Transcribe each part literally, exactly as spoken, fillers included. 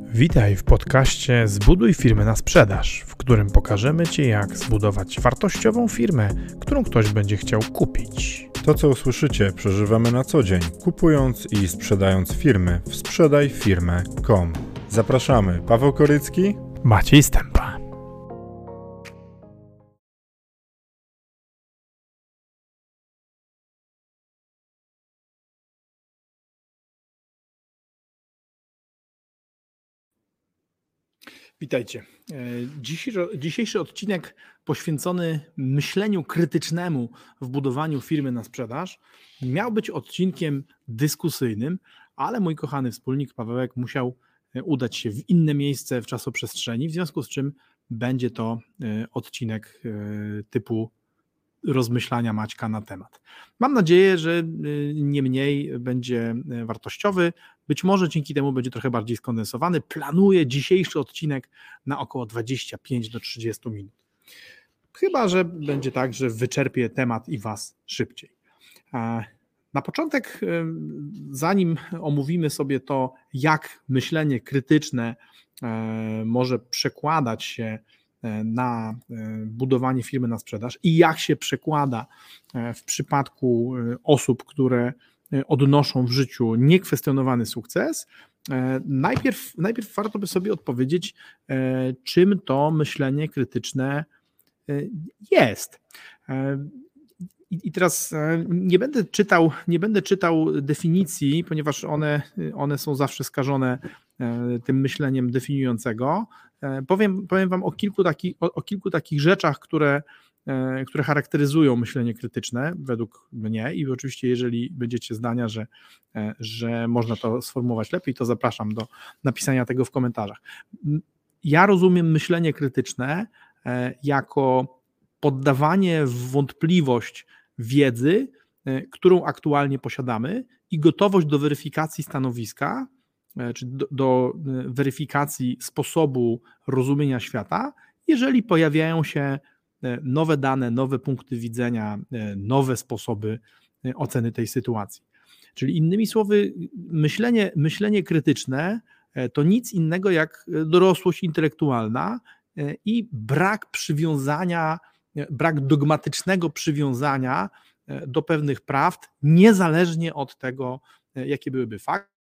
Witaj w podcaście Zbuduj firmę na sprzedaż, w którym pokażemy Ci, jak zbudować wartościową firmę, którą ktoś będzie chciał kupić. To, co usłyszycie, przeżywamy na co dzień, kupując i sprzedając firmy w sprzedaj firmę kropka com. Zapraszamy, Paweł Korycki, Maciej Stępa. Witajcie. Dzisiejszy, dzisiejszy odcinek poświęcony myśleniu krytycznemu w budowaniu firmy na sprzedaż miał być odcinkiem dyskusyjnym, ale mój kochany wspólnik Pawełek musiał udać się w inne miejsce w czasoprzestrzeni, w związku z czym będzie to odcinek typu rozmyślania Maćka na temat. Mam nadzieję, że nie mniej będzie wartościowy, być może dzięki temu będzie trochę bardziej skondensowany. Planuję dzisiejszy odcinek na około dwadzieścia pięć do trzydziestu minut. Chyba że będzie tak, że wyczerpię temat i Was szybciej. Na początek, zanim omówimy sobie to, jak myślenie krytyczne może przekładać się na budowanie firmy na sprzedaż i jak się przekłada w przypadku osób, które odnoszą w życiu niekwestionowany sukces, najpierw, najpierw warto by sobie odpowiedzieć, czym to myślenie krytyczne jest. I teraz nie będę czytał, nie będę czytał definicji, ponieważ one, one są zawsze skażone tym myśleniem definiującego. Powiem, powiem Wam o kilku, taki, o, o kilku takich rzeczach, które, które charakteryzują myślenie krytyczne według mnie i oczywiście jeżeli będziecie zdania, że, że można to sformułować lepiej, to zapraszam do napisania tego w komentarzach. Ja rozumiem myślenie krytyczne jako poddawanie w wątpliwość wiedzy, którą aktualnie posiadamy i gotowość do weryfikacji stanowiska, czy do, do weryfikacji sposobu rozumienia świata, jeżeli pojawiają się nowe dane, nowe punkty widzenia, nowe sposoby oceny tej sytuacji. Czyli innymi słowy, myślenie, myślenie krytyczne to nic innego jak dorosłość intelektualna i brak przywiązania, brak dogmatycznego przywiązania do pewnych prawd, niezależnie od tego, jakie byłyby fakty.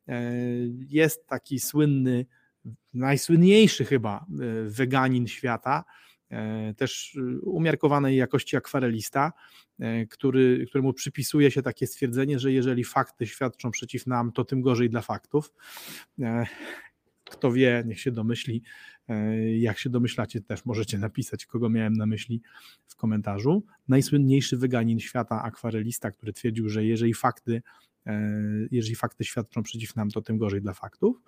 Jest taki słynny, najsłynniejszy chyba weganin świata, też umiarkowanej jakości akwarelista, który, któremu przypisuje się takie stwierdzenie, że jeżeli fakty świadczą przeciw nam, to tym gorzej dla faktów. Kto wie, niech się domyśli. Jak się domyślacie, też możecie napisać, kogo miałem na myśli w komentarzu. Najsłynniejszy weganin świata, akwarelista, który twierdził, że jeżeli fakty, jeżeli fakty świadczą przeciw nam, to tym gorzej dla faktów.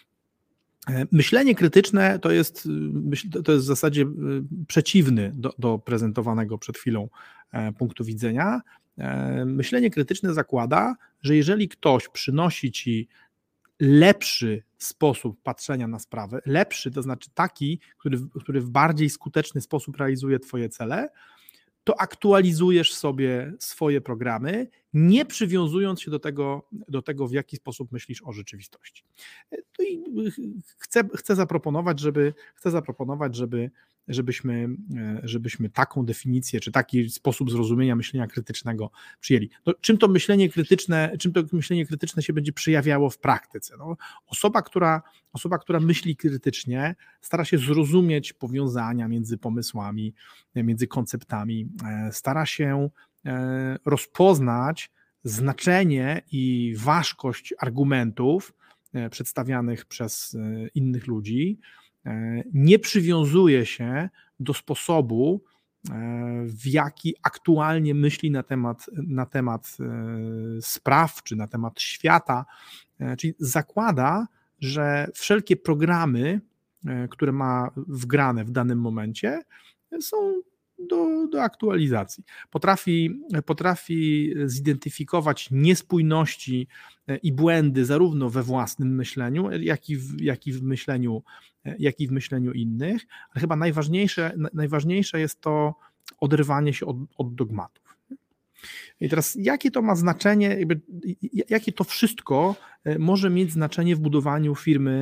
Myślenie krytyczne to jest, to jest w zasadzie przeciwny do, do prezentowanego przed chwilą punktu widzenia. Myślenie krytyczne zakłada, że jeżeli ktoś przynosi ci lepszy sposób patrzenia na sprawę, lepszy, to znaczy taki, który, który w bardziej skuteczny sposób realizuje twoje cele, to aktualizujesz sobie swoje programy, nie przywiązując się do tego, do tego, w jaki sposób myślisz o rzeczywistości. No i chcę, chcę zaproponować, żeby, chcę zaproponować, żeby, żebyśmy, żebyśmy taką definicję, czy taki sposób zrozumienia myślenia krytycznego przyjęli. No, czym to myślenie krytyczne, czym to myślenie krytyczne się będzie przejawiało w praktyce? No, osoba, która, osoba, która myśli krytycznie, stara się zrozumieć powiązania między pomysłami, między konceptami, stara się rozpoznać znaczenie i ważkość argumentów przedstawianych przez innych ludzi, nie przywiązuje się do sposobu, w jaki aktualnie myśli na temat, na temat spraw czy na temat świata, czyli zakłada, że wszelkie programy, które ma wgrane w danym momencie, są Do, do aktualizacji. Potrafi, potrafi zidentyfikować niespójności i błędy zarówno we własnym myśleniu, jak i w, jak i w myśleniu, jak i w myśleniu innych, ale chyba najważniejsze, najważniejsze jest to oderwanie się od, od dogmatów. I teraz jakie to ma znaczenie, jakby, jakie to wszystko może mieć znaczenie w budowaniu firmy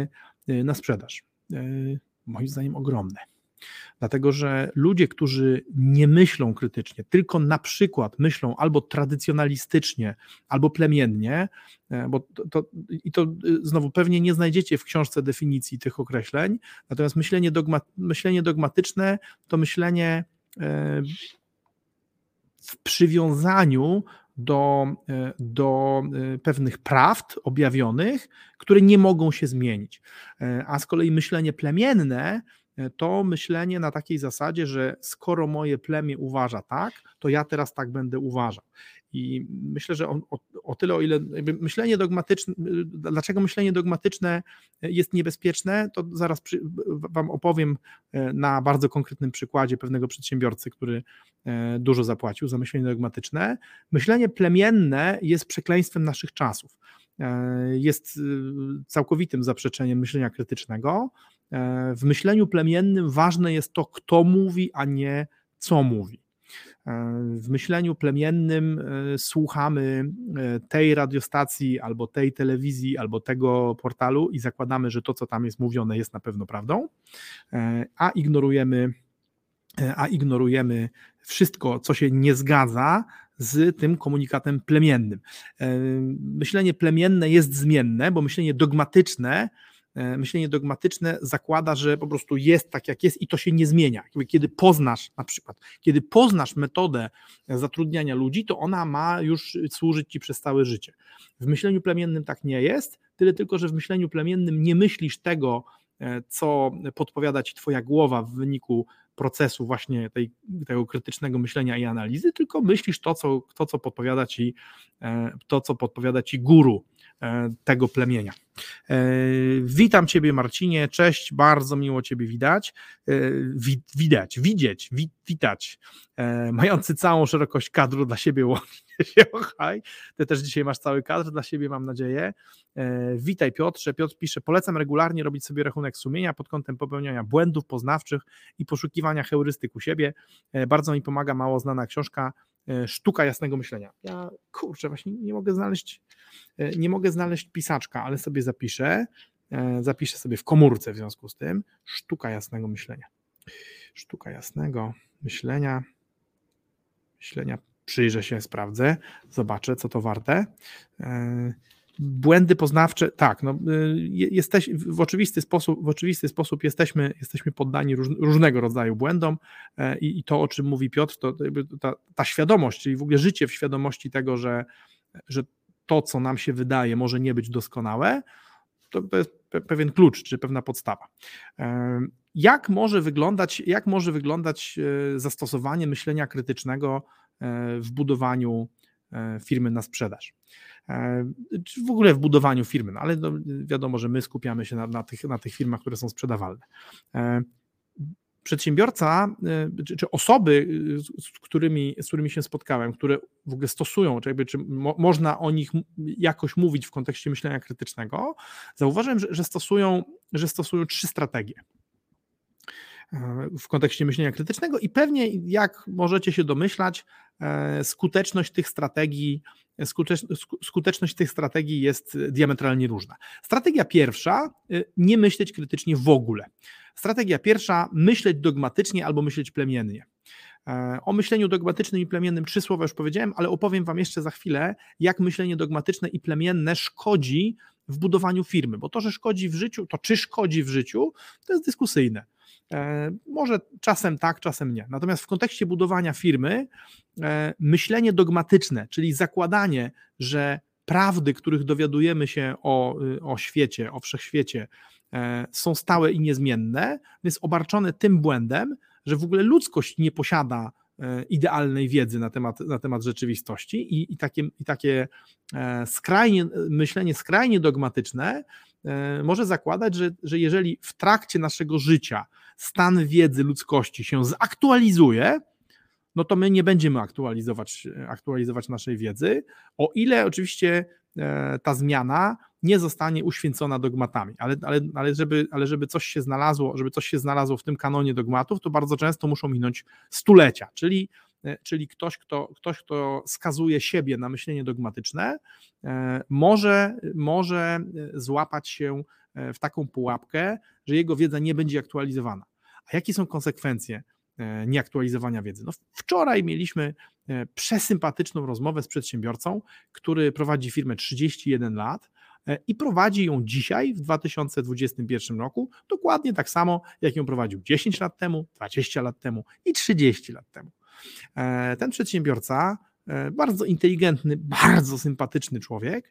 na sprzedaż? Moim zdaniem ogromne. Dlatego, że ludzie, którzy nie myślą krytycznie, tylko na przykład myślą albo tradycjonalistycznie, albo plemiennie, bo to, to, i to znowu pewnie nie znajdziecie w książce definicji tych określeń, natomiast myślenie, dogma, myślenie dogmatyczne to myślenie w przywiązaniu do, do pewnych prawd objawionych, które nie mogą się zmienić. A z kolei myślenie plemienne to myślenie na takiej zasadzie, że skoro moje plemię uważa tak, to ja teraz tak będę uważał. I myślę, że o, o, o tyle, o ile myślenie dogmatyczne, dlaczego myślenie dogmatyczne jest niebezpieczne, to zaraz przy, wam opowiem na bardzo konkretnym przykładzie pewnego przedsiębiorcy, który dużo zapłacił za myślenie dogmatyczne. Myślenie plemienne jest przekleństwem naszych czasów. Jest całkowitym zaprzeczeniem myślenia krytycznego. W myśleniu plemiennym ważne jest to, kto mówi, a nie co mówi. W myśleniu plemiennym słuchamy tej radiostacji, albo tej telewizji, albo tego portalu i zakładamy, że to, co tam jest mówione, jest na pewno prawdą, a ignorujemy, a ignorujemy wszystko, co się nie zgadza z tym komunikatem plemiennym. Myślenie plemienne jest zmienne, bo myślenie dogmatyczne Myślenie dogmatyczne zakłada, że po prostu jest tak, jak jest i to się nie zmienia. Kiedy poznasz na przykład, kiedy poznasz metodę zatrudniania ludzi, to ona ma już służyć ci przez całe życie. W myśleniu plemiennym tak nie jest, tyle tylko, że w myśleniu plemiennym nie myślisz tego, co podpowiada ci twoja głowa w wyniku procesu właśnie tej, tego krytycznego myślenia i analizy, tylko myślisz to, co, to, co podpowiada ci, to, co podpowiada ci guru tego plemienia. Witam Ciebie, Marcinie, cześć, bardzo miło Ciebie widać, widać, widzieć, witać, mający całą szerokość kadru dla siebie łącznie się ochaj, Ty też dzisiaj masz cały kadr dla siebie, mam nadzieję. Witaj Piotrze, Piotr pisze, polecam regularnie robić sobie rachunek sumienia pod kątem popełniania błędów poznawczych i poszukiwania heurystyk u siebie, bardzo mi pomaga mało znana książka Sztuka jasnego myślenia. Ja, kurczę, właśnie nie mogę znaleźć, nie mogę znaleźć pisaczka, ale sobie zapiszę, zapiszę sobie w komórce w związku z tym, Sztuka jasnego myślenia. Sztuka jasnego myślenia, myślenia, przyjrzę się, sprawdzę, zobaczę, co to warte. Błędy poznawcze, tak, no, jesteś, w oczywisty sposób, w oczywisty sposób jesteśmy, jesteśmy poddani róż, różnego rodzaju błędom i, i to, o czym mówi Piotr, to, to ta, ta świadomość, czyli w ogóle życie w świadomości tego, że, że to, co nam się wydaje, może nie być doskonałe, to, to jest pewien klucz, czy pewna podstawa. Jak może wyglądać, jak może wyglądać zastosowanie myślenia krytycznego w budowaniu firmy na sprzedaż? Czy w ogóle w budowaniu firmy, no ale no wiadomo, że my skupiamy się na, na, tych, na tych firmach, które są sprzedawalne. Przedsiębiorca, czy, czy osoby, z którymi, z którymi się spotkałem, które w ogóle stosują, czy, jakby, czy mo, można o nich jakoś mówić w kontekście myślenia krytycznego, zauważyłem, że, że, stosują, że stosują trzy strategie w kontekście myślenia krytycznego i pewnie, jak możecie się domyślać, skuteczność tych strategii, skuteczność tych strategii jest diametralnie różna. Strategia pierwsza, nie myśleć krytycznie w ogóle. Strategia pierwsza, myśleć dogmatycznie albo myśleć plemiennie. O myśleniu dogmatycznym i plemiennym trzy słowa już powiedziałem, ale opowiem wam jeszcze za chwilę, jak myślenie dogmatyczne i plemienne szkodzi w budowaniu firmy, bo to, że szkodzi w życiu, to czy szkodzi w życiu, to jest dyskusyjne. Może czasem tak, czasem nie. Natomiast w kontekście budowania firmy myślenie dogmatyczne, czyli zakładanie, że prawdy, których dowiadujemy się o, o świecie, o wszechświecie, są stałe i niezmienne, jest obarczone tym błędem, że w ogóle ludzkość nie posiada idealnej wiedzy na temat, na temat rzeczywistości i, i takie, i takie skrajnie, myślenie skrajnie dogmatyczne może zakładać, że, że jeżeli w trakcie naszego życia stan wiedzy ludzkości się zaktualizuje, no to my nie będziemy aktualizować, aktualizować naszej wiedzy, o ile oczywiście ta zmiana nie zostanie uświęcona dogmatami, ale, ale, ale, żeby, ale żeby coś się znalazło, żeby coś się znalazło w tym kanonie dogmatów, to bardzo często muszą minąć stulecia, czyli, czyli ktoś, kto, ktoś, kto skazuje siebie na myślenie dogmatyczne, może, może złapać się w taką pułapkę, że jego wiedza nie będzie aktualizowana. A jakie są konsekwencje nieaktualizowania wiedzy? No wczoraj mieliśmy przesympatyczną rozmowę z przedsiębiorcą, który prowadzi firmę trzydzieści jeden lat i prowadzi ją dzisiaj w dwa tysiące dwudziestym pierwszym roku dokładnie tak samo, jak ją prowadził dziesięć lat temu, dwadzieścia lat temu i trzydzieści lat temu. Ten przedsiębiorca, bardzo inteligentny, bardzo sympatyczny człowiek,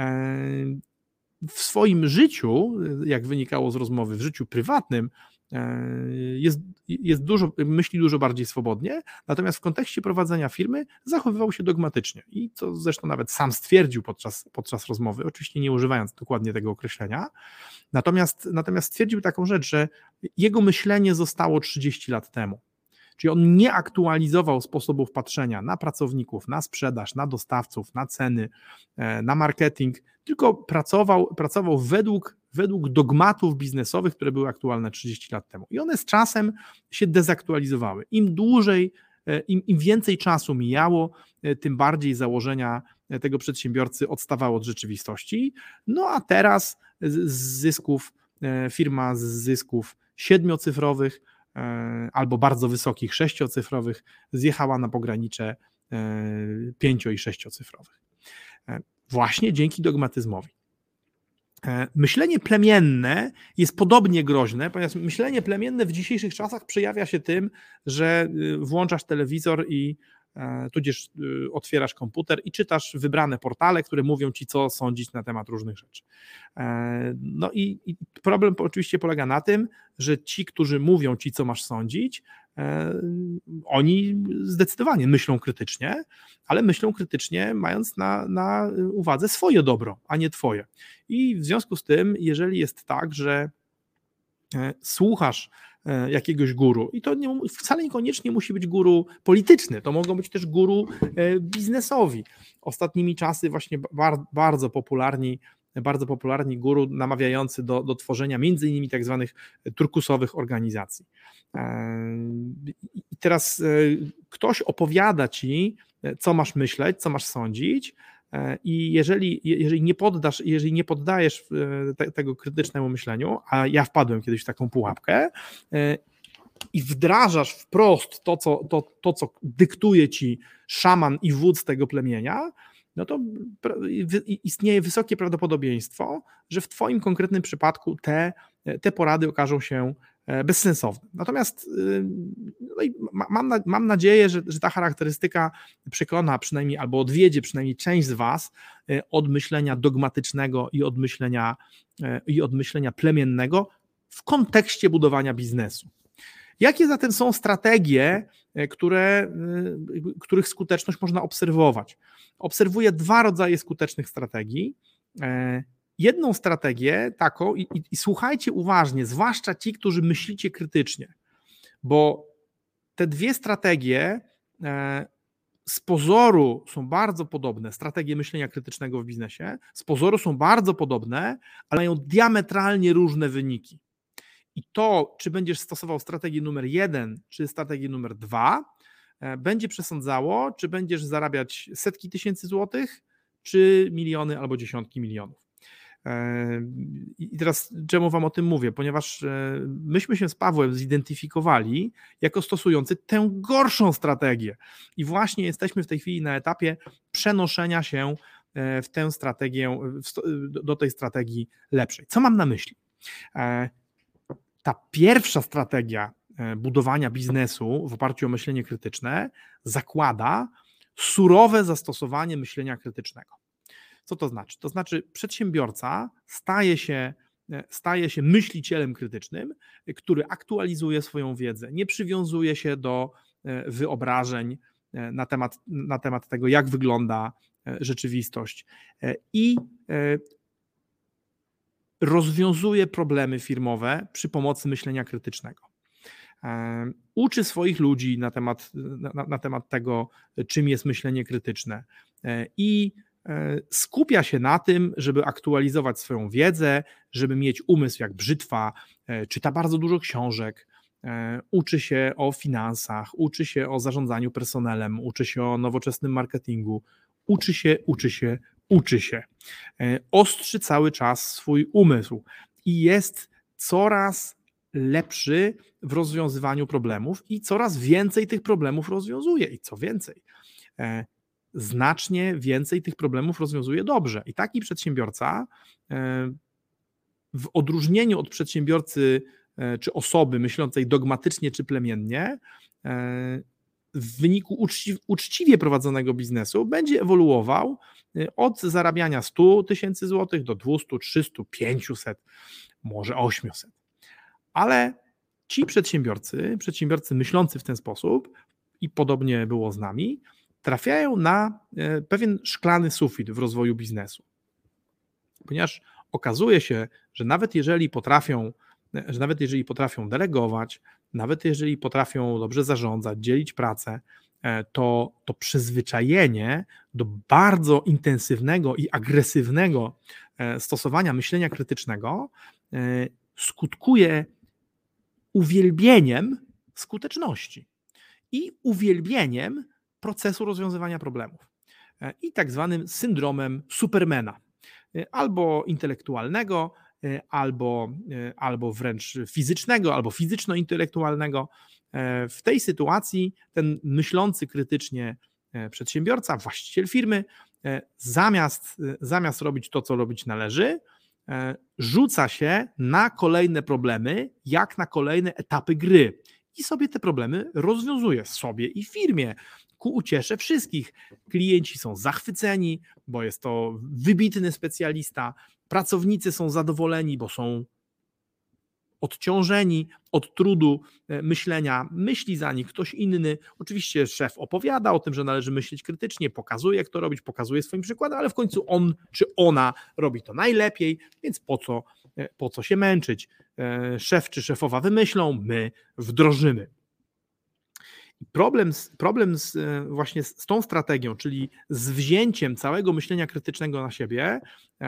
w swoim życiu, jak wynikało z rozmowy, w życiu prywatnym jest, jest dużo, myśli dużo bardziej swobodnie, natomiast w kontekście prowadzenia firmy zachowywał się dogmatycznie i to zresztą nawet sam stwierdził podczas, podczas rozmowy, oczywiście nie używając dokładnie tego określenia, natomiast, natomiast stwierdził taką rzecz, że jego myślenie zostało trzydzieści lat temu. Czyli on nie aktualizował sposobów patrzenia na pracowników, na sprzedaż, na dostawców, na ceny, na marketing, tylko pracował, pracował według, według dogmatów biznesowych, które były aktualne trzydzieści lat temu. I one z czasem się dezaktualizowały. Im dłużej, im, im więcej czasu mijało, tym bardziej założenia tego przedsiębiorcy odstawały od rzeczywistości. No a teraz z zysków, firma z zysków siedmiocyfrowych albo bardzo wysokich sześciocyfrowych zjechała na pogranicze pięcio- i sześciocyfrowych. Właśnie dzięki dogmatyzmowi. Myślenie plemienne jest podobnie groźne, ponieważ myślenie plemienne w dzisiejszych czasach przejawia się tym, że włączasz telewizor i tudzież otwierasz komputer i czytasz wybrane portale, które mówią ci, co sądzić na temat różnych rzeczy. No i, i problem oczywiście polega na tym, że ci, którzy mówią ci, co masz sądzić, oni zdecydowanie myślą krytycznie, ale myślą krytycznie mając na, na uwadze swoje dobro, a nie twoje. I w związku z tym, jeżeli jest tak, że słuchasz jakiegoś guru i to nie, wcale niekoniecznie musi być guru polityczny, to mogą być też guru biznesowi. Ostatnimi czasy właśnie bar, bardzo popularni bardzo popularni guru namawiający do, do tworzenia między innymi tak zwanych turkusowych organizacji. I teraz ktoś opowiada ci, co masz myśleć, co masz sądzić, i jeżeli, jeżeli, nie poddasz, jeżeli nie poddajesz te, tego krytycznemu myśleniu, a ja wpadłem kiedyś w taką pułapkę, i wdrażasz wprost to, co, to, to, co dyktuje ci szaman i wódz tego plemienia, no to istnieje wysokie prawdopodobieństwo, że w twoim konkretnym przypadku te, te porady okażą się bezsensowne. Natomiast no i mam, mam nadzieję, że, że ta charakterystyka przekona przynajmniej albo odwiedzie przynajmniej część z was od myślenia dogmatycznego i od myślenia, i od myślenia plemiennego w kontekście budowania biznesu. Jakie zatem są strategie, które, których skuteczność można obserwować? Obserwuję dwa rodzaje skutecznych strategii. Jedną strategię taką, i, i, i słuchajcie uważnie, zwłaszcza ci, którzy myślicie krytycznie, bo te dwie strategie z pozoru są bardzo podobne, strategie myślenia krytycznego w biznesie, z pozoru są bardzo podobne, ale mają diametralnie różne wyniki. I to, czy będziesz stosował strategię numer jeden, czy strategię numer dwa, będzie przesądzało, czy będziesz zarabiać setki tysięcy złotych, czy miliony albo dziesiątki milionów. I teraz czemu wam o tym mówię? Ponieważ myśmy się z Pawłem zidentyfikowali jako stosujący tę gorszą strategię i właśnie jesteśmy w tej chwili na etapie przenoszenia się w tę strategię, do tej strategii lepszej. Co mam na myśli? Ta pierwsza strategia budowania biznesu w oparciu o myślenie krytyczne zakłada surowe zastosowanie myślenia krytycznego. Co to znaczy? To znaczy przedsiębiorca staje się, staje się myślicielem krytycznym, który aktualizuje swoją wiedzę, nie przywiązuje się do wyobrażeń na temat, na temat tego, jak wygląda rzeczywistość i rozwiązuje problemy firmowe przy pomocy myślenia krytycznego. Uczy swoich ludzi na temat, na, na temat tego, czym jest myślenie krytyczne i skupia się na tym, żeby aktualizować swoją wiedzę, żeby mieć umysł jak brzytwa, czyta bardzo dużo książek, uczy się o finansach, uczy się o zarządzaniu personelem, uczy się o nowoczesnym marketingu, uczy się, uczy się, uczy się. Ostrzy cały czas swój umysł i jest coraz lepszy w rozwiązywaniu problemów i coraz więcej tych problemów rozwiązuje. I co więcej, znacznie więcej tych problemów rozwiązuje dobrze. I taki przedsiębiorca w odróżnieniu od przedsiębiorcy czy osoby myślącej dogmatycznie czy plemiennie, w wyniku uczci, uczciwie prowadzonego biznesu będzie ewoluował od zarabiania stu tysięcy złotych do dwieście, trzysta, pięćset, może osiemset. Ale ci przedsiębiorcy, przedsiębiorcy myślący w ten sposób, i podobnie było z nami, trafiają na pewien szklany sufit w rozwoju biznesu. Ponieważ okazuje się, że nawet jeżeli potrafią, że nawet jeżeli potrafią delegować, nawet jeżeli potrafią dobrze zarządzać, dzielić pracę, to, to przyzwyczajenie do bardzo intensywnego i agresywnego stosowania myślenia krytycznego skutkuje uwielbieniem skuteczności i uwielbieniem procesu rozwiązywania problemów i tak zwanym syndromem Supermana, albo intelektualnego, albo, albo wręcz fizycznego, albo fizyczno-intelektualnego. W tej sytuacji ten myślący krytycznie przedsiębiorca, właściciel firmy, zamiast, zamiast robić to, co robić należy, rzuca się na kolejne problemy, jak na kolejne etapy gry i sobie te problemy rozwiązuje, sobie i firmie, ku uciesze wszystkich. Klienci są zachwyceni, bo jest to wybitny specjalista, pracownicy są zadowoleni, bo są odciążeni od trudu myślenia, myśli za nich ktoś inny. Oczywiście szef opowiada o tym, że należy myśleć krytycznie, pokazuje, jak to robić, pokazuje swoim przykładem, ale w końcu on czy ona robi to najlepiej, więc po co, po co się męczyć? Szef czy szefowa wymyślą, my wdrożymy. Problem, z, problem z, właśnie z tą strategią, czyli z wzięciem całego myślenia krytycznego na siebie,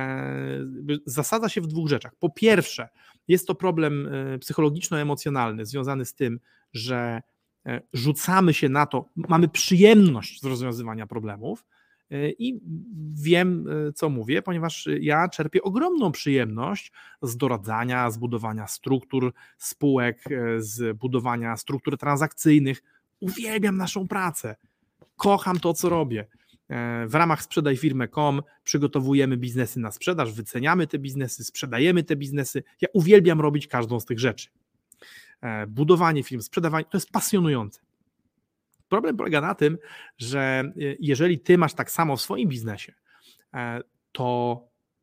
zasadza się w dwóch rzeczach. Po pierwsze, jest to problem psychologiczno-emocjonalny związany z tym, że rzucamy się na to, mamy przyjemność z rozwiązywania problemów i wiem, co mówię, ponieważ ja czerpię ogromną przyjemność z doradzania, z budowania struktur spółek, z budowania struktur transakcyjnych. Uwielbiam naszą pracę, kocham to, co robię. W ramach sprzedaj firmę kropka com przygotowujemy biznesy na sprzedaż, wyceniamy te biznesy, sprzedajemy te biznesy. Ja uwielbiam robić każdą z tych rzeczy. Budowanie firm, sprzedawanie, to jest pasjonujące. Problem polega na tym, że jeżeli ty masz tak samo w swoim biznesie, to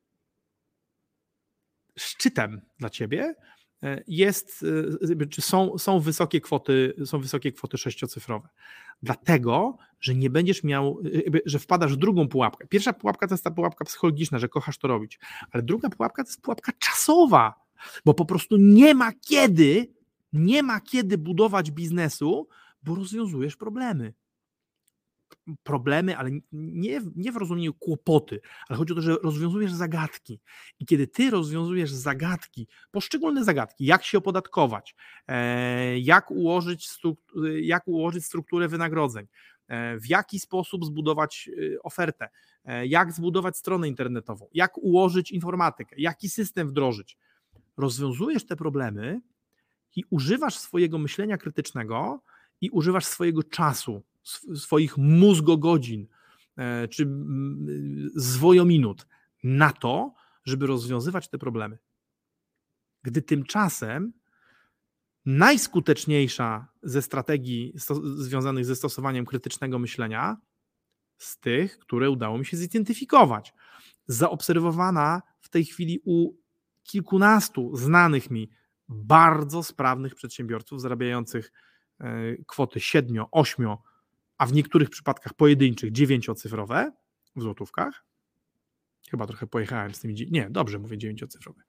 szczytem dla ciebie jest, czy są, są wysokie kwoty, są wysokie kwoty sześciocyfrowe. Dlatego, że nie będziesz miał, że wpadasz w drugą pułapkę. Pierwsza pułapka to jest ta pułapka psychologiczna, że kochasz to robić, ale druga pułapka to jest pułapka czasowa, bo po prostu nie ma kiedy, nie ma kiedy budować biznesu, bo rozwiązujesz problemy. Problemy, ale nie, nie w rozumieniu kłopoty, ale chodzi o to, że rozwiązujesz zagadki. I kiedy ty rozwiązujesz zagadki, poszczególne zagadki, jak się opodatkować, jak ułożyć, jak ułożyć strukturę wynagrodzeń, w jaki sposób zbudować ofertę, jak zbudować stronę internetową, jak ułożyć informatykę, jaki system wdrożyć. Rozwiązujesz te problemy i używasz swojego myślenia krytycznego i używasz swojego czasu, swoich mózgogodzin czy zwojominut na to, żeby rozwiązywać te problemy. Gdy tymczasem najskuteczniejsza ze strategii związanych ze stosowaniem krytycznego myślenia, z tych, które udało mi się zidentyfikować, zaobserwowana w tej chwili u kilkunastu znanych mi bardzo sprawnych przedsiębiorców zarabiających kwoty siedmiu, ośmiu, a w niektórych przypadkach pojedynczych dziewięciocyfrowe w złotówkach. Chyba trochę pojechałem z tymi, nie, dobrze mówię dziewięciocyfrowe.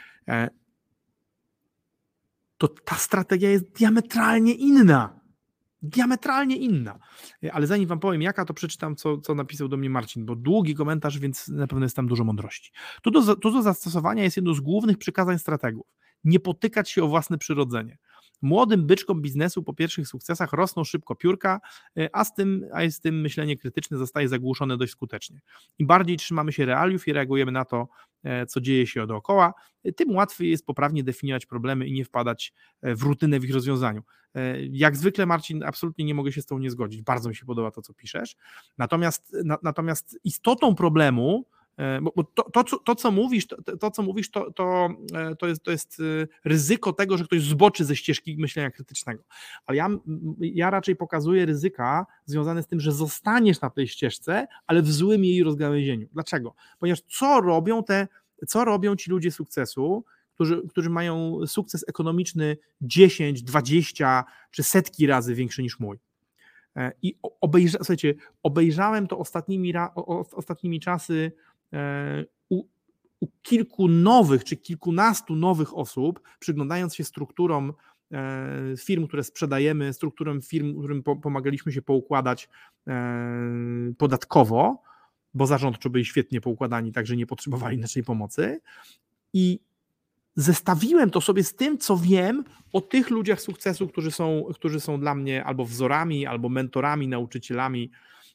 To ta strategia jest diametralnie inna. Diametralnie inna. Ale zanim wam powiem jaka, to przeczytam co, co napisał do mnie Marcin, bo długi komentarz, więc na pewno jest tam dużo mądrości. Tu do, tu do zastosowania jest jedno z głównych przykazań strategów. Nie potykać się o własne przyrodzenie. Młodym byczkom biznesu po pierwszych sukcesach rosną szybko piórka, a z tym, a z tym myślenie krytyczne zostaje zagłuszone dość skutecznie. Im bardziej trzymamy się realiów i reagujemy na to, co dzieje się dookoła, tym łatwiej jest poprawnie definiować problemy i nie wpadać w rutynę w ich rozwiązaniu. Jak zwykle, Marcin, absolutnie nie mogę się z tą nie zgodzić. Bardzo mi się podoba to, co piszesz. Natomiast, na, natomiast istotą problemu, bo, bo to, to, to, co mówisz, to, to, co mówisz to, to, to, jest, to jest ryzyko tego, że ktoś zboczy ze ścieżki myślenia krytycznego. Ale ja, ja raczej pokazuję ryzyka związane z tym, że zostaniesz na tej ścieżce, ale w złym jej rozgałęzieniu. Dlaczego? Ponieważ co robią te, co robią ci ludzie sukcesu, którzy, którzy mają sukces ekonomiczny dziesięć, dwadzieścia czy setki razy większy niż mój. I obejrza, słuchajcie, obejrzałem to ostatnimi, ostatnimi czasy u, u kilku nowych czy kilkunastu nowych osób, przyglądając się strukturom firm, które sprzedajemy, strukturom firm, którym pomagaliśmy się poukładać podatkowo, bo zarządczo byli świetnie poukładani, także nie potrzebowali naszej pomocy. I zestawiłem to sobie z tym, co wiem o tych ludziach sukcesu, którzy są, którzy są dla mnie albo wzorami, albo mentorami, nauczycielami.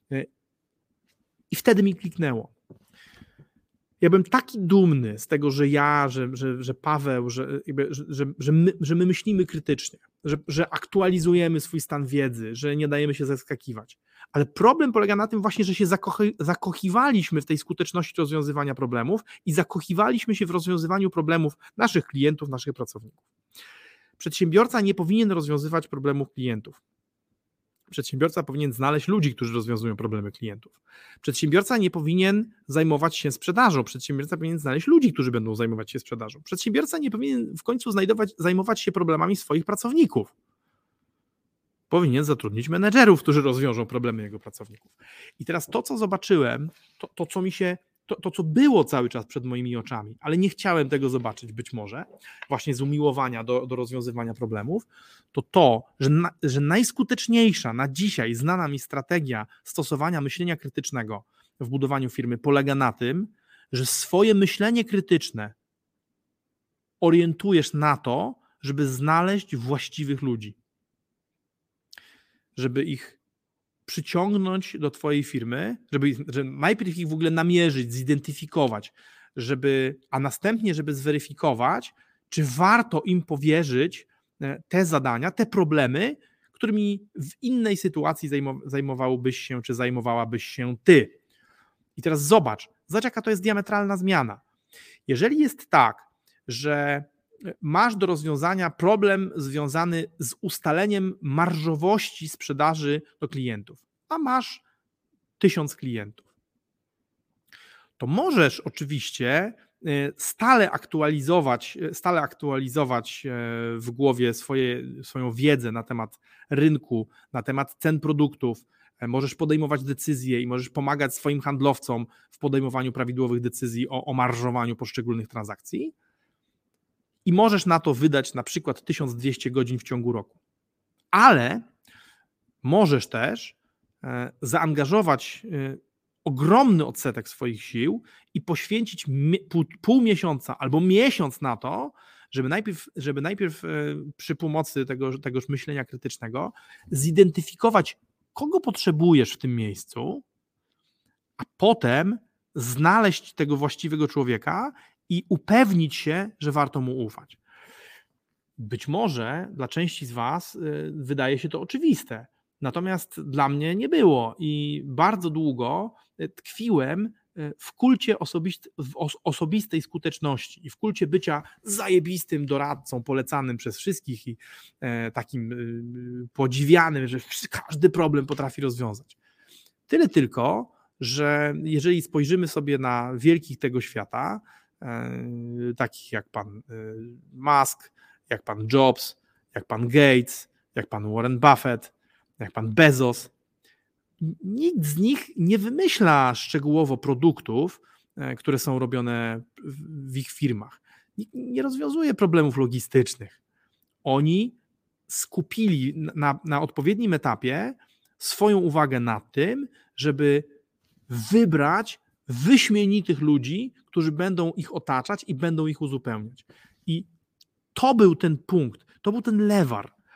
I wtedy mi kliknęło. Ja byłem taki dumny z tego, że ja, że, że, że Paweł, że, że, że, my, że my myślimy krytycznie, że, że aktualizujemy swój stan wiedzy, że nie dajemy się zaskakiwać. Ale problem polega na tym właśnie, że się zakochi, zakochiwaliśmy w tej skuteczności rozwiązywania problemów i zakochiwaliśmy się w rozwiązywaniu problemów naszych klientów, naszych pracowników. Przedsiębiorca nie powinien rozwiązywać problemów klientów. Przedsiębiorca powinien znaleźć ludzi, którzy rozwiązują problemy klientów. Przedsiębiorca nie powinien zajmować się sprzedażą. Przedsiębiorca powinien znaleźć ludzi, którzy będą zajmować się sprzedażą. Przedsiębiorca nie powinien w końcu znajdować, zajmować się problemami swoich pracowników. Powinien zatrudnić menedżerów, którzy rozwiążą problemy jego pracowników. I teraz to, co zobaczyłem, to, to co mi się, to, to, co było cały czas przed moimi oczami, ale nie chciałem tego zobaczyć być może, właśnie z umiłowania do, do rozwiązywania problemów, to to, że, na, że najskuteczniejsza na dzisiaj znana mi strategia stosowania myślenia krytycznego w budowaniu firmy polega na tym, że swoje myślenie krytyczne orientujesz na to, żeby znaleźć właściwych ludzi. Żeby ich przyciągnąć do twojej firmy, żeby, żeby najpierw ich w ogóle namierzyć, zidentyfikować, żeby, a następnie, żeby zweryfikować, czy warto im powierzyć te zadania, te problemy, którymi w innej sytuacji zajmowałbyś się, czy zajmowałabyś się ty. I teraz zobacz, zobacz, jaka to jest diametralna zmiana. Jeżeli jest tak, że masz do rozwiązania problem związany z ustaleniem marżowości sprzedaży do klientów, a masz tysiąc klientów, to możesz oczywiście stale aktualizować, stale aktualizować w głowie swoje, swoją wiedzę na temat rynku, na temat cen produktów, możesz podejmować decyzje i możesz pomagać swoim handlowcom w podejmowaniu prawidłowych decyzji o, o marżowaniu poszczególnych transakcji. I możesz na to wydać na przykład tysiąc dwieście godzin w ciągu roku. Ale możesz też zaangażować ogromny odsetek swoich sił i poświęcić pół, pół miesiąca albo miesiąc na to, żeby najpierw, żeby najpierw przy pomocy tego, tegoż myślenia krytycznego zidentyfikować, kogo potrzebujesz w tym miejscu, a potem znaleźć tego właściwego człowieka i upewnić się, że warto mu ufać. Być może dla części z was wydaje się to oczywiste, natomiast dla mnie nie było i bardzo długo tkwiłem w kulcie osobist- w osobistej skuteczności i w kulcie bycia zajebistym doradcą, polecanym przez wszystkich i takim podziwianym, że każdy problem potrafi rozwiązać. Tyle tylko, że jeżeli spojrzymy sobie na wielkich tego świata, takich jak pan Musk, jak pan Jobs, jak pan Gates, jak pan Warren Buffett, jak pan Bezos, nikt z nich nie wymyśla szczegółowo produktów, które są robione w ich firmach. Nikt nie rozwiązuje problemów logistycznych. Oni skupili na, na odpowiednim etapie swoją uwagę na tym, żeby wybrać wyśmienitych ludzi, którzy będą ich otaczać i będą ich uzupełniać. I to był ten punkt, to był ten lewar,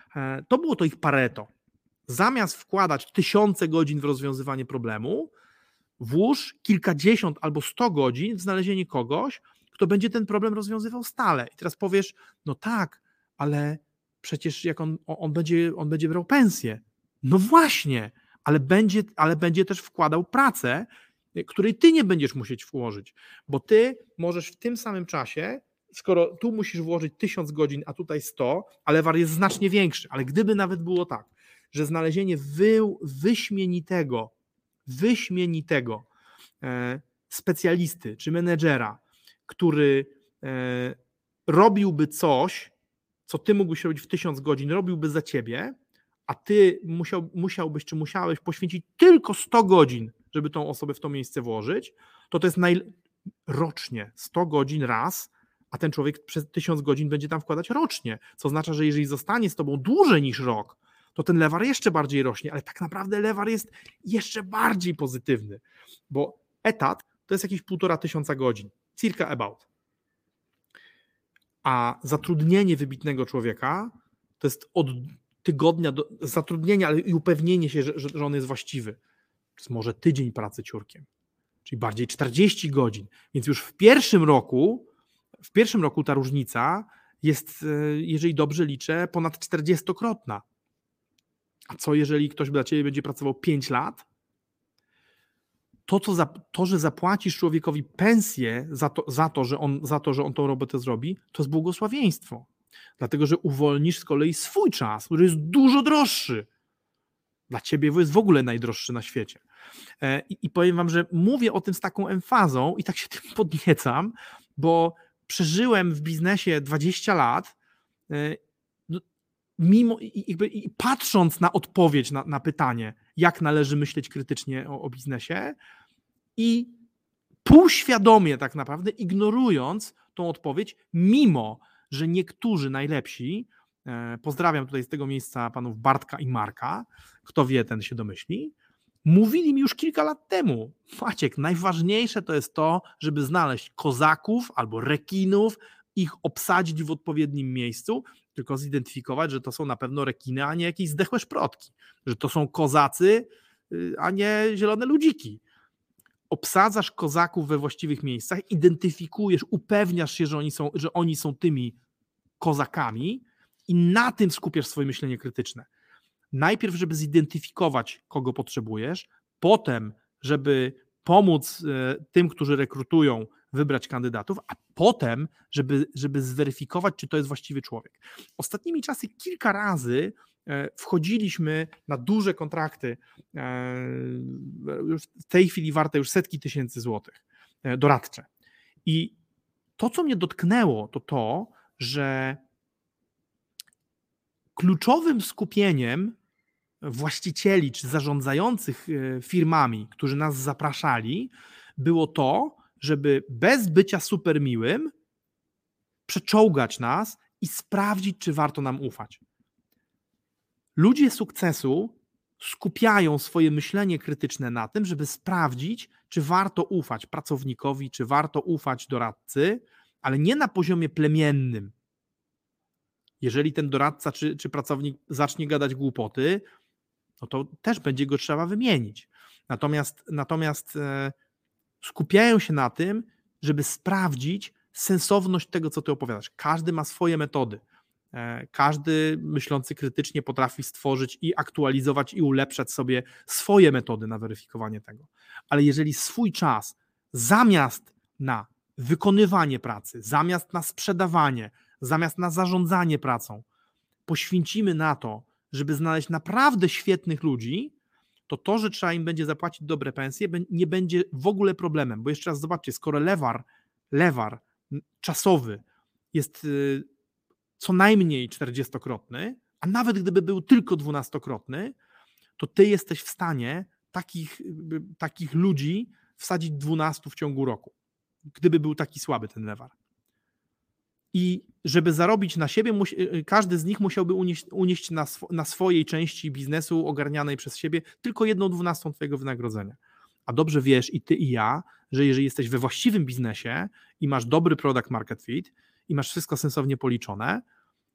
To było to ich Pareto. Zamiast wkładać tysiące godzin w rozwiązywanie problemu, włóż kilkadziesiąt albo sto godzin w znalezienie kogoś, kto będzie ten problem rozwiązywał stale. I teraz powiesz, no tak, ale przecież jak on, on, będzie, on będzie brał pensję. No właśnie, ale będzie, ale będzie też wkładał pracę, której ty nie będziesz musieć włożyć, bo ty możesz w tym samym czasie, skoro tu musisz włożyć tysiąc godzin, a tutaj sto, a lewar jest znacznie większy, ale gdyby nawet było tak, że znalezienie wy, wyśmienitego, wyśmienitego e, specjalisty czy menedżera, który e, robiłby coś, co ty mógłbyś robić w tysiąc godzin, robiłby za ciebie, a ty musiał, musiałbyś czy musiałeś poświęcić tylko sto godzin, żeby tą osobę w to miejsce włożyć, to to jest naj... rocznie sto godzin raz, a ten człowiek przez tysiąc godzin będzie tam wkładać rocznie, co oznacza, że jeżeli zostanie z tobą dłużej niż rok, to ten lewar jeszcze bardziej rośnie, ale tak naprawdę lewar jest jeszcze bardziej pozytywny, bo etat to jest jakieś półtora tysiąca godzin, circa about. A zatrudnienie wybitnego człowieka to jest od tygodnia do zatrudnienia, ale i upewnienie się, że, że on jest właściwy. To jest może tydzień pracy ciurkiem, czyli bardziej czterdzieści godzin. Więc już w pierwszym roku, w pierwszym roku ta różnica jest, jeżeli dobrze liczę, ponad czterdziestokrotna. A co jeżeli ktoś dla ciebie będzie pracował pięć lat? To, co za, to, że zapłacisz człowiekowi pensję za to, za, to, że on, za to, że on tą robotę zrobi, to jest błogosławieństwo. Dlatego, że uwolnisz z kolei swój czas, który jest dużo droższy. Dla ciebie jest w ogóle najdroższy na świecie. I, I powiem wam, że mówię o tym z taką emfazą i tak się tym podniecam, bo przeżyłem w biznesie dwadzieścia lat, mimo i, jakby, i patrząc na odpowiedź na, na pytanie, jak należy myśleć krytycznie o, o biznesie i półświadomie tak naprawdę ignorując tą odpowiedź, mimo że niektórzy najlepsi, e, pozdrawiam tutaj z tego miejsca panów Bartka i Marka, kto wie, ten się domyśli, mówili mi już kilka lat temu, Maciek, najważniejsze to jest to, żeby znaleźć kozaków albo rekinów, ich obsadzić w odpowiednim miejscu, tylko zidentyfikować, że to są na pewno rekiny, a nie jakieś zdechłe szprotki, że to są kozacy, a nie zielone ludziki. Obsadzasz kozaków we właściwych miejscach, identyfikujesz, upewniasz się, że oni są, że oni są tymi kozakami i na tym skupiasz swoje myślenie krytyczne. Najpierw, żeby zidentyfikować, kogo potrzebujesz, potem, żeby pomóc tym, którzy rekrutują, wybrać kandydatów, a potem, żeby, żeby zweryfikować, czy to jest właściwy człowiek. Ostatnimi czasy kilka razy wchodziliśmy na duże kontrakty, w tej chwili warte już setki tysięcy złotych, doradcze. I to, co mnie dotknęło, to to, że kluczowym skupieniem właścicieli czy zarządzających firmami, którzy nas zapraszali, było to, żeby bez bycia super miłym przeczołgać nas i sprawdzić, czy warto nam ufać. Ludzie sukcesu skupiają swoje myślenie krytyczne na tym, żeby sprawdzić, czy warto ufać pracownikowi, czy warto ufać doradcy, ale nie na poziomie plemiennym. Jeżeli ten doradca czy, czy pracownik zacznie gadać głupoty, no to też będzie go trzeba wymienić. Natomiast, natomiast e, skupiają się na tym, żeby sprawdzić sensowność tego, co ty opowiadasz. Każdy ma swoje metody. E, każdy myślący krytycznie potrafi stworzyć i aktualizować i ulepszać sobie swoje metody na weryfikowanie tego. Ale jeżeli swój czas zamiast na wykonywanie pracy, zamiast na sprzedawanie, zamiast na zarządzanie pracą poświęcimy na to, żeby znaleźć naprawdę świetnych ludzi, to to, że trzeba im będzie zapłacić dobre pensje, nie będzie w ogóle problemem. Bo jeszcze raz zobaczcie, skoro lewar, lewar czasowy jest co najmniej czterdziestokrotny, a nawet gdyby był tylko dwunastokrotny, to ty jesteś w stanie takich, takich ludzi wsadzić dwunastu w ciągu roku, gdyby był taki słaby ten lewar. I żeby zarobić na siebie, każdy z nich musiałby unieść, unieść na, sw- na swojej części biznesu ogarnianej przez siebie tylko jedną dwunastą twojego wynagrodzenia. A dobrze wiesz i ty i ja, że jeżeli jesteś we właściwym biznesie i masz dobry product market fit i masz wszystko sensownie policzone,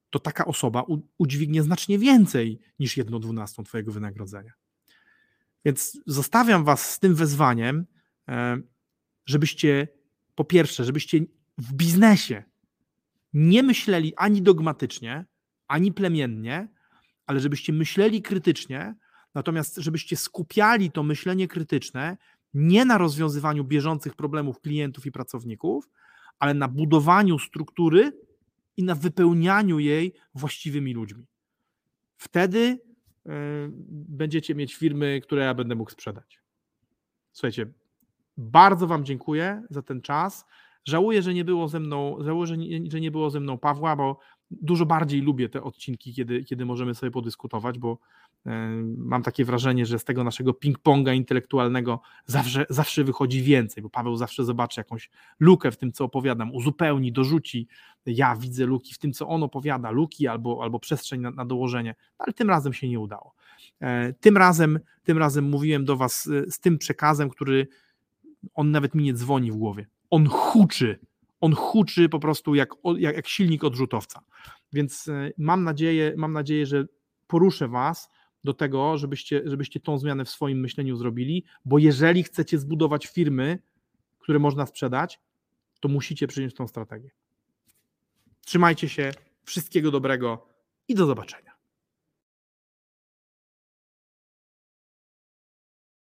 to taka osoba udźwignie znacznie więcej niż jedną dwunastą twojego wynagrodzenia. Więc zostawiam was z tym wezwaniem, żebyście po pierwsze, żebyście w biznesie nie myśleli ani dogmatycznie, ani plemiennie, ale żebyście myśleli krytycznie, natomiast żebyście skupiali to myślenie krytyczne nie na rozwiązywaniu bieżących problemów klientów i pracowników, ale na budowaniu struktury i na wypełnianiu jej właściwymi ludźmi. Wtedy y, będziecie mieć firmy, które ja będę mógł sprzedać. Słuchajcie, bardzo wam dziękuję za ten czas. Żałuję, że nie było ze mną, żałuję, że nie, że nie było ze mną Pawła, bo dużo bardziej lubię te odcinki, kiedy, kiedy możemy sobie podyskutować, bo y, mam takie wrażenie, że z tego naszego ping-ponga intelektualnego zawsze, zawsze wychodzi więcej, bo Paweł zawsze zobaczy jakąś lukę w tym, co opowiadam, uzupełni, dorzuci. Ja widzę luki w tym, co on opowiada, luki albo, albo przestrzeń na, na dołożenie, ale tym razem się nie udało. Y, tym razem, tym razem mówiłem do was y, z tym przekazem, który on nawet mi nie dzwoni w głowie. On huczy, on huczy po prostu jak, jak, jak silnik odrzutowca. Więc mam nadzieję, mam nadzieję, że poruszę was do tego, żebyście, żebyście tą zmianę w swoim myśleniu zrobili, bo jeżeli chcecie zbudować firmy, które można sprzedać, to musicie przyjąć tą strategię. Trzymajcie się, wszystkiego dobrego i do zobaczenia.